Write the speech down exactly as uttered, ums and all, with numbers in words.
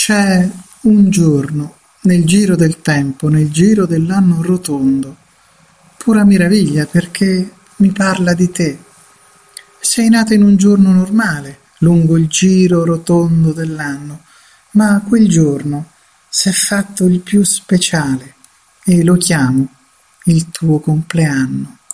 C'è un giorno nel giro del tempo, nel giro dell'anno rotondo, pura meraviglia perché mi parla di te. Sei nata in un giorno normale, lungo il giro rotondo dell'anno, ma quel giorno s'è fatto il più speciale e lo chiamo il tuo compleanno.